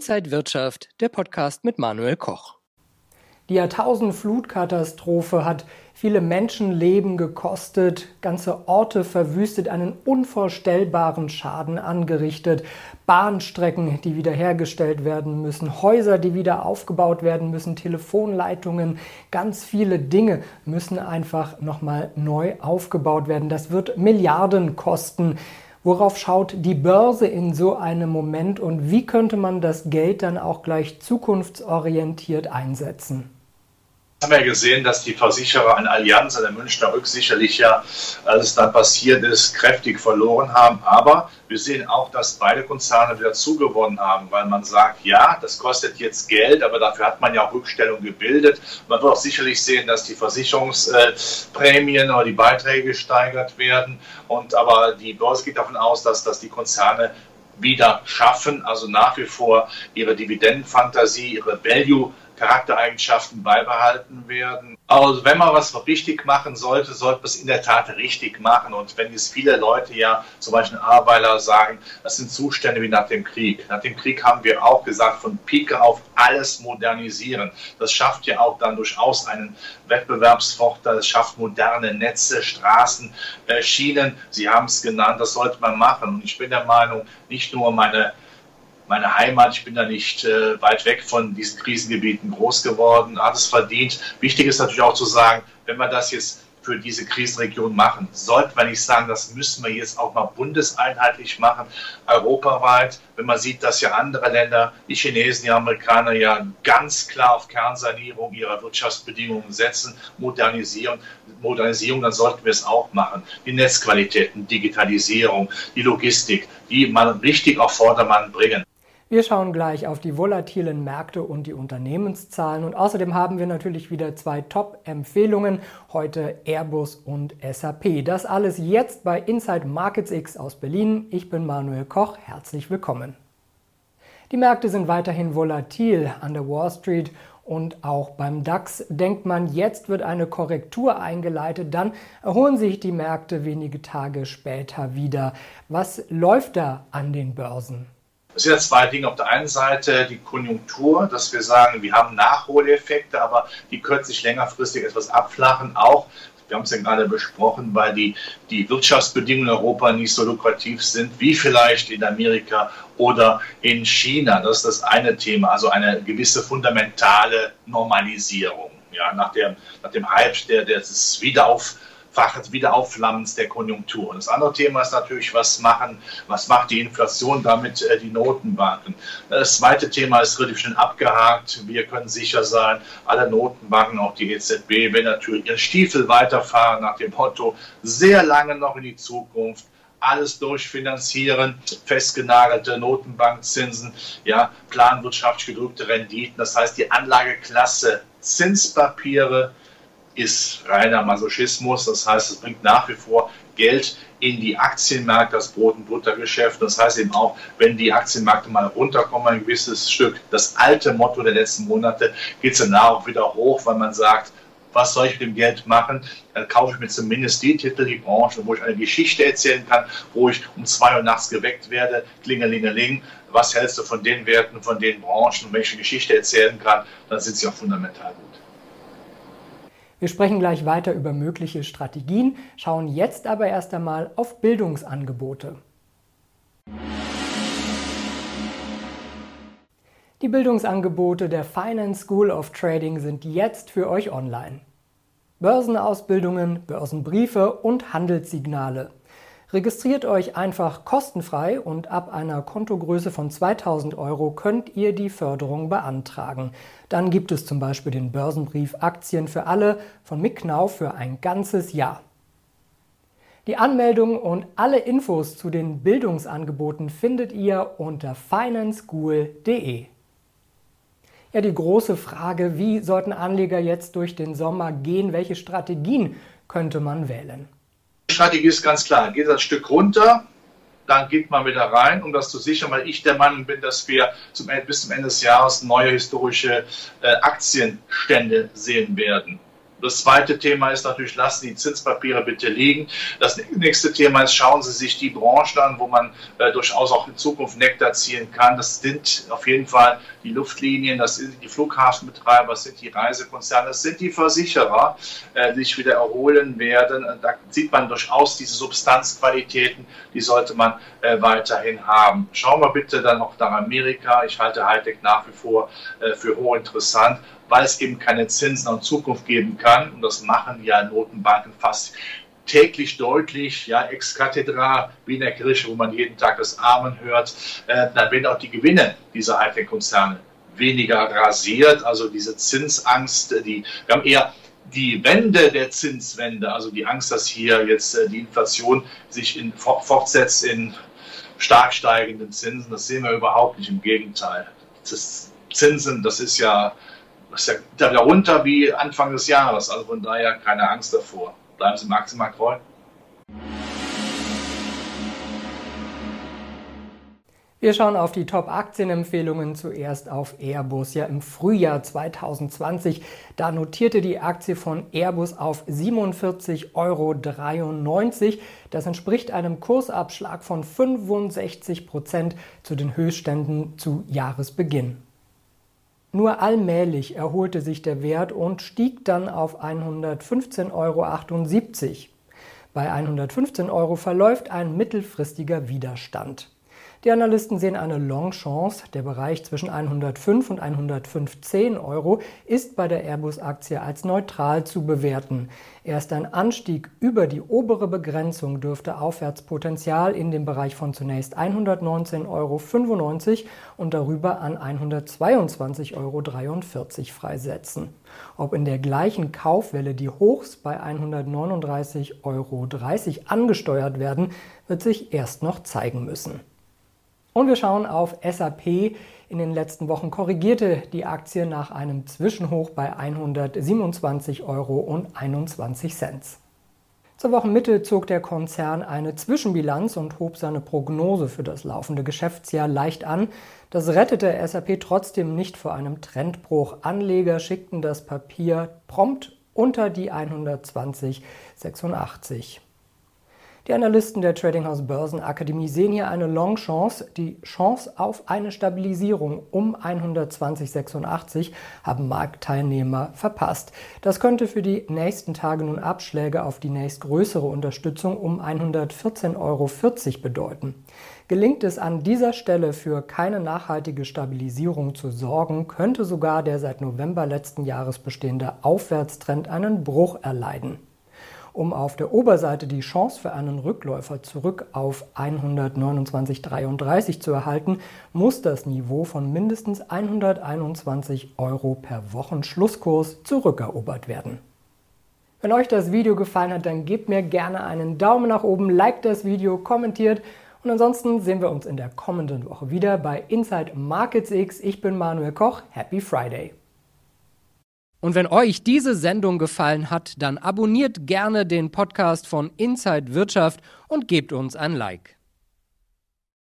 Inside Wirtschaft, der Podcast mit Manuel Koch. Die Jahrtausend-Flutkatastrophe hat viele Menschenleben gekostet, ganze Orte verwüstet, einen unvorstellbaren Schaden angerichtet, Bahnstrecken, die wiederhergestellt werden müssen, Häuser, die wieder aufgebaut werden müssen, Telefonleitungen, ganz viele Dinge müssen einfach nochmal neu aufgebaut werden. Das wird Milliarden kosten. Worauf schaut die Börse in so einem Moment und wie könnte man das Geld dann auch gleich zukunftsorientiert einsetzen? Wir haben ja gesehen, dass die Versicherer eine Allianz an der Münchner Rück sicherlich ja, als es dann passiert ist, kräftig verloren haben. Aber wir sehen auch, dass beide Konzerne wieder zugewonnen haben, weil man sagt, ja, das kostet jetzt Geld, aber dafür hat man ja auch Rückstellung gebildet. Man wird auch sicherlich sehen, dass die Versicherungsprämien oder die Beiträge gesteigert werden. Aber die Börse geht davon aus, dass die Konzerne wieder schaffen, also nach wie vor ihre Dividendenfantasie, ihre Value-Charaktereigenschaften beibehalten werden. Also wenn man was richtig machen sollte, sollte man es in der Tat richtig machen. Und wenn jetzt viele Leute ja, zum Beispiel Ahrweiler, sagen, das sind Zustände wie nach dem Krieg. Nach dem Krieg haben wir auch gesagt, von Pike auf alles modernisieren. Das schafft ja auch dann durchaus einen Wettbewerbsvorteil. Das schafft moderne Netze, Straßen, Schienen. Sie haben es genannt, das sollte man machen. Und ich bin der Meinung, nicht nur meine Heimat, ich bin da nicht weit weg von diesen Krisengebieten groß geworden, hat es verdient. Wichtig ist natürlich auch zu sagen, wenn wir das jetzt für diese Krisenregion machen, sollten wir nicht sagen, das müssen wir jetzt auch mal bundeseinheitlich machen, europaweit. Wenn man sieht, dass ja andere Länder, die Chinesen, die Amerikaner ja ganz klar auf Kernsanierung ihrer Wirtschaftsbedingungen setzen, Modernisierung, dann sollten wir es auch machen. Die Netzqualitäten, Digitalisierung, die Logistik, die man richtig auf Vordermann bringen. Wir schauen gleich auf die volatilen Märkte und die Unternehmenszahlen und außerdem haben wir natürlich wieder zwei Top-Empfehlungen, heute Airbus und SAP. Das alles jetzt bei Inside Markets X aus Berlin. Ich bin Manuel Koch, herzlich willkommen. Die Märkte sind weiterhin volatil an der Wall Street und auch beim DAX. Denkt man, jetzt wird eine Korrektur eingeleitet, dann erholen sich die Märkte wenige Tage später wieder. Was läuft da an den Börsen? Es sind ja zwei Dinge. Auf der einen Seite die Konjunktur, dass wir sagen, wir haben Nachholeffekte, aber die können sich längerfristig etwas abflachen. Auch, wir haben es ja gerade besprochen, weil die Wirtschaftsbedingungen in Europa nicht so lukrativ sind, wie vielleicht in Amerika oder in China. Das ist das eine Thema, also eine gewisse fundamentale Normalisierung. Ja, nach dem Hype des Wiederaufflammens der Konjunktur. Und das andere Thema ist natürlich, was macht die Inflation, damit die Notenbanken. Das zweite Thema ist relativ schnell abgehakt. Wir können sicher sein, alle Notenbanken, auch die EZB, werden natürlich ihren Stiefel weiterfahren nach dem Motto, sehr lange noch in die Zukunft, alles durchfinanzieren, festgenagelte Notenbankzinsen, ja, planwirtschaftlich gedrückte Renditen. Das heißt, die Anlageklasse Zinspapiere ist reiner Masochismus. Das heißt, es bringt nach wie vor Geld in die Aktienmärkte, das Brot- und Buttergeschäft. Das heißt eben auch, wenn die Aktienmärkte mal runterkommen, ein gewisses Stück, das alte Motto der letzten Monate, geht es danach auch wieder hoch, weil man sagt, was soll ich mit dem Geld machen? Dann kaufe ich mir zumindest die Titel, die Branchen, wo ich eine Geschichte erzählen kann, wo ich um 2 Uhr nachts geweckt werde, klingelingeling. Was hältst du von den Werten, von den Branchen? Und wenn ich eine Geschichte erzählen kann, dann sind sie auch fundamental gut. Wir sprechen gleich weiter über mögliche Strategien, schauen jetzt aber erst einmal auf Bildungsangebote. Die Bildungsangebote der Finance School of Trading sind jetzt für euch online. Börsenausbildungen, Börsenbriefe und Handelssignale. Registriert euch einfach kostenfrei und ab einer Kontogröße von 2.000 € könnt ihr die Förderung beantragen. Dann gibt es zum Beispiel den Börsenbrief Aktien für alle von Micknau für ein ganzes Jahr. Die Anmeldung und alle Infos zu den Bildungsangeboten findet ihr unter financeschool.de. Ja, die große Frage, wie sollten Anleger jetzt durch den Sommer gehen? Welche Strategien könnte man wählen? Die Strategie ist ganz klar. Geht ein Stück runter, dann geht man wieder rein, um das zu sichern, weil ich der Meinung bin, dass wir bis zum Ende des Jahres neue historische Aktienstände sehen werden. Das zweite Thema ist natürlich, lassen Sie die Zinspapiere bitte liegen. Das nächste Thema ist, schauen Sie sich die Branchen an, wo man durchaus auch in Zukunft Nektar ziehen kann. Das sind auf jeden Fall die Luftlinien, das sind die Flughafenbetreiber, das sind die Reisekonzerne, das sind die Versicherer, die sich wieder erholen werden. Da sieht man durchaus diese Substanzqualitäten, die sollte man weiterhin haben. Schauen wir bitte dann noch nach Amerika. Ich halte Hightech nach wie vor für hochinteressant, weil es eben keine Zinsen in Zukunft geben kann. Und das machen ja Notenbanken fast täglich deutlich, ja, ex cathedra, wie in der Kirche, wo man jeden Tag das Amen hört. Dann werden auch die Gewinne dieser Hightech-Konzerne weniger rasiert. Also diese Zinsangst, wir haben eher die Wende der Zinswende, also die Angst, dass hier jetzt die Inflation sich fortsetzt in stark steigenden Zinsen. Das sehen wir überhaupt nicht, im Gegenteil. Zinsen, das ist ja wieder runter wie Anfang des Jahres. Also von daher keine Angst davor. Bleiben Sie im Aktienmarkt treu. Wir schauen auf die Top-Aktienempfehlungen, zuerst auf Airbus. Ja, im Frühjahr 2020, da notierte die Aktie von Airbus auf 47,93 €. Das entspricht einem Kursabschlag von 65% zu den Höchstständen zu Jahresbeginn. Nur allmählich erholte sich der Wert und stieg dann auf 115,78 €. Bei 115 € verläuft ein mittelfristiger Widerstand. Die Analysten sehen eine Long-Chance. Der Bereich zwischen 105 und 115 € ist bei der Airbus-Aktie als neutral zu bewerten. Erst ein Anstieg über die obere Begrenzung dürfte Aufwärtspotenzial in dem Bereich von zunächst 119,95 € und darüber an 122,43 € freisetzen. Ob in der gleichen Kaufwelle die Hochs bei 139,30 € angesteuert werden, wird sich erst noch zeigen müssen. Und wir schauen auf SAP. In den letzten Wochen korrigierte die Aktie nach einem Zwischenhoch bei 127,21 €. Zur Wochenmitte zog der Konzern eine Zwischenbilanz und hob seine Prognose für das laufende Geschäftsjahr leicht an. Das rettete SAP trotzdem nicht vor einem Trendbruch. Anleger schickten das Papier prompt unter die 120,86. Die Analysten der Tradinghouse Börsenakademie sehen hier eine Long-Chance. Die Chance auf eine Stabilisierung um 120,86 haben Marktteilnehmer verpasst. Das könnte für die nächsten Tage nun Abschläge auf die nächstgrößere Unterstützung um 114,40 € bedeuten. Gelingt es an dieser Stelle für keine nachhaltige Stabilisierung zu sorgen, könnte sogar der seit November letzten Jahres bestehende Aufwärtstrend einen Bruch erleiden. Um auf der Oberseite die Chance für einen Rückläufer zurück auf 129,33 € zu erhalten, muss das Niveau von mindestens 121 € per Wochenschlusskurs zurückerobert werden. Wenn euch das Video gefallen hat, dann gebt mir gerne einen Daumen nach oben, liked das Video, kommentiert und ansonsten sehen wir uns in der kommenden Woche wieder bei Inside Markets X. Ich bin Manuel Koch, Happy Friday! Und wenn euch diese Sendung gefallen hat, dann abonniert gerne den Podcast von Inside Wirtschaft und gebt uns ein Like.